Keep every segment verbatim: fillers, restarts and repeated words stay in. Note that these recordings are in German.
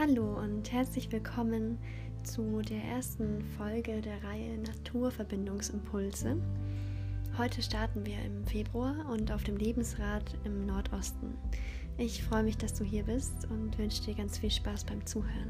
Hallo und herzlich willkommen zu der ersten Folge der Reihe Naturverbindungsimpulse. Heute starten wir im Februar und auf dem Lebensrad im Nordosten. Ich freue mich, dass du hier bist und wünsche dir ganz viel Spaß beim Zuhören.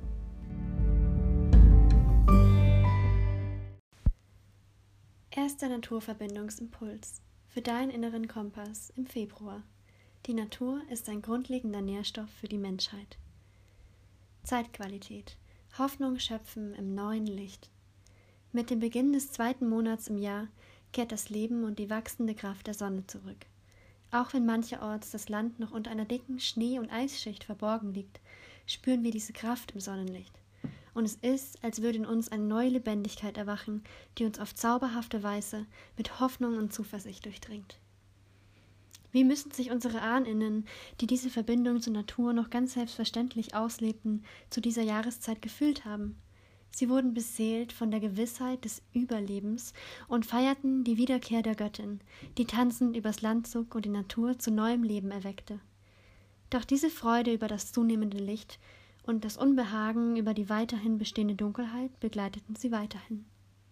Erster Naturverbindungsimpuls für deinen inneren Kompass im Februar. Die Natur ist ein grundlegender Nährstoff für die Menschheit. Zeitqualität. Hoffnung schöpfen im neuen Licht. Mit dem Beginn des zweiten Monats im Jahr kehrt das Leben und die wachsende Kraft der Sonne zurück. Auch wenn mancherorts das Land noch unter einer dicken Schnee- und Eisschicht verborgen liegt, spüren wir diese Kraft im Sonnenlicht. Und es ist, als würde in uns eine neue Lebendigkeit erwachen, die uns auf zauberhafte Weise mit Hoffnung und Zuversicht durchdringt. Wie müssen sich unsere Ahninnen, die diese Verbindung zur Natur noch ganz selbstverständlich auslebten, zu dieser Jahreszeit gefühlt haben? Sie wurden beseelt von der Gewissheit des Überlebens und feierten die Wiederkehr der Göttin, die tanzend übers Land zog und die Natur zu neuem Leben erweckte. Doch diese Freude über das zunehmende Licht und das Unbehagen über die weiterhin bestehende Dunkelheit begleiteten sie weiterhin.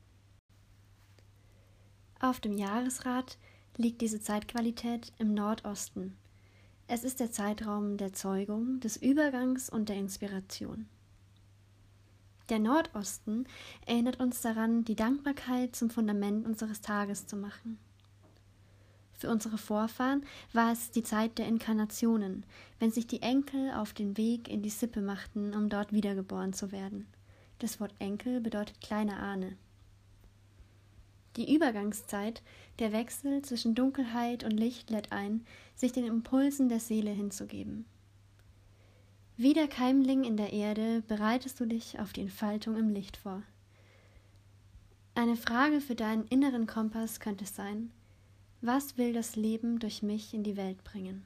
Auf dem Jahresrad liegt diese Zeitqualität im Nordosten. Es ist der Zeitraum der Zeugung, des Übergangs und der Inspiration. Der Nordosten erinnert uns daran, die Dankbarkeit zum Fundament unseres Tages zu machen. Für unsere Vorfahren war es die Zeit der Inkarnationen, wenn sich die Enkel auf den Weg in die Sippe machten, um dort wiedergeboren zu werden. Das Wort Enkel bedeutet kleine Ahne. Die Übergangszeit, der Wechsel zwischen Dunkelheit und Licht lädt ein, sich den Impulsen der Seele hinzugeben. Wie der Keimling in der Erde bereitest du dich auf die Entfaltung im Licht vor. Eine Frage für deinen inneren Kompass könnte sein: Was will das Leben durch mich in die Welt bringen?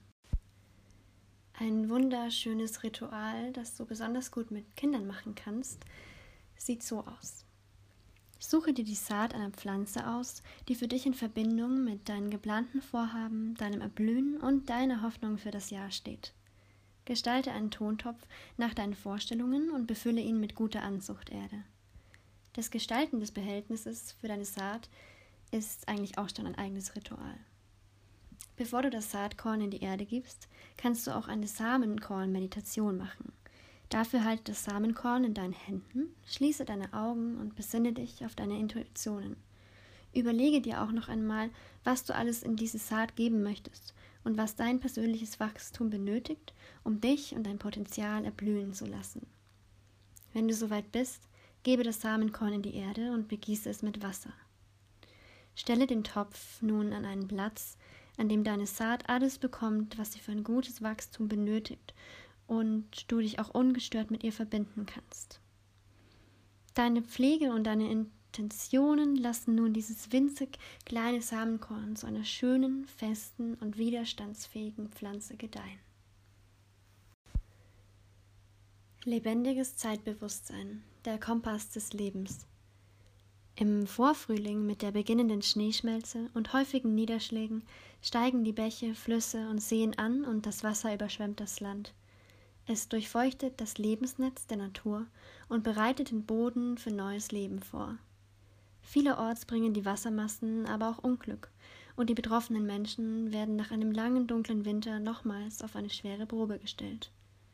Ein wunderschönes Ritual, das du besonders gut mit Kindern machen kannst, sieht so aus. Suche dir die Saat einer Pflanze aus, die für dich in Verbindung mit deinen geplanten Vorhaben, deinem Erblühen und deiner Hoffnung für das Jahr steht. Gestalte einen Tontopf nach deinen Vorstellungen und befülle ihn mit guter Anzuchterde. Das Gestalten des Behältnisses für deine Saat ist eigentlich auch schon ein eigenes Ritual. Bevor du das Saatkorn in die Erde gibst, kannst du auch eine Samenkorn-Meditation machen. Dafür halte das Samenkorn in deinen Händen, schließe deine Augen und besinne dich auf deine Intuitionen. Überlege dir auch noch einmal, was du alles in diese Saat geben möchtest und was dein persönliches Wachstum benötigt, um dich und dein Potenzial erblühen zu lassen. Wenn du soweit bist, gebe das Samenkorn in die Erde und begieße es mit Wasser. Stelle den Topf nun an einen Platz, an dem deine Saat alles bekommt, was sie für ein gutes Wachstum benötigt, und du dich auch ungestört mit ihr verbinden kannst. Deine Pflege und deine Intentionen lassen nun dieses winzig kleine Samenkorn zu einer schönen, festen und widerstandsfähigen Pflanze gedeihen. Lebendiges Zeitbewusstsein, der Kompass des Lebens. Im Vorfrühling mit der beginnenden Schneeschmelze und häufigen Niederschlägen steigen die Bäche, Flüsse und Seen an und das Wasser überschwemmt das Land. Es durchfeuchtet das Lebensnetz der Natur und bereitet den Boden für neues Leben vor. Vielerorts bringen die Wassermassen aber auch Unglück, und die betroffenen Menschen werden nach einem langen, dunklen Winter nochmals auf eine schwere Probe gestellt.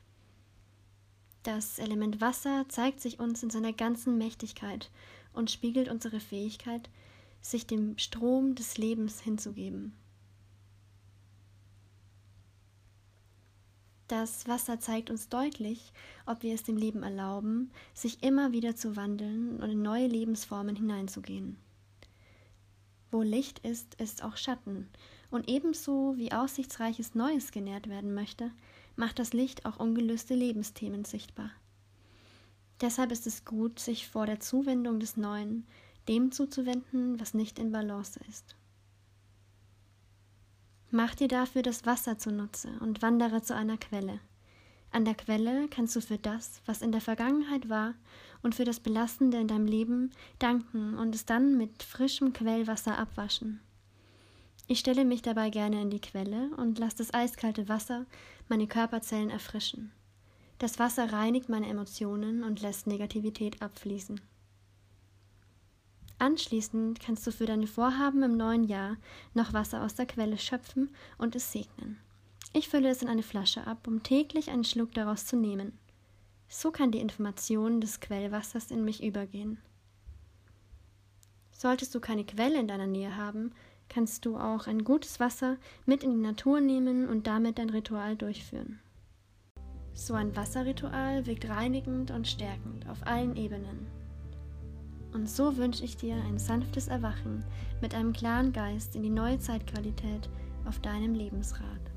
Das Element Wasser zeigt sich uns in seiner ganzen Mächtigkeit und spiegelt unsere Fähigkeit, sich dem Strom des Lebens hinzugeben. Das Wasser zeigt uns deutlich, ob wir es dem Leben erlauben, sich immer wieder zu wandeln und in neue Lebensformen hineinzugehen. Wo Licht ist, ist auch Schatten, und ebenso wie aussichtsreiches Neues genährt werden möchte, macht das Licht auch ungelöste Lebensthemen sichtbar. Deshalb ist es gut, sich vor der Zuwendung des Neuen dem zuzuwenden, was nicht in Balance ist. Mach dir dafür das Wasser zunutze und wandere zu einer Quelle. An der Quelle kannst du für das, was in der Vergangenheit war, und für das Belastende in deinem Leben danken und es dann mit frischem Quellwasser abwaschen. Ich stelle mich dabei gerne in die Quelle und lasse das eiskalte Wasser meine Körperzellen erfrischen. Das Wasser reinigt meine Emotionen und lässt Negativität abfließen. Anschließend kannst du für deine Vorhaben im neuen Jahr noch Wasser aus der Quelle schöpfen und es segnen. Ich fülle es in eine Flasche ab, um täglich einen Schluck daraus zu nehmen. So kann die Information des Quellwassers in mich übergehen. Solltest du keine Quelle in deiner Nähe haben, kannst du auch ein gutes Wasser mit in die Natur nehmen und damit dein Ritual durchführen. So ein Wasserritual wirkt reinigend und stärkend auf allen Ebenen. Und so wünsche ich dir ein sanftes Erwachen mit einem klaren Geist in die neue Zeitqualität auf deinem Lebensrad.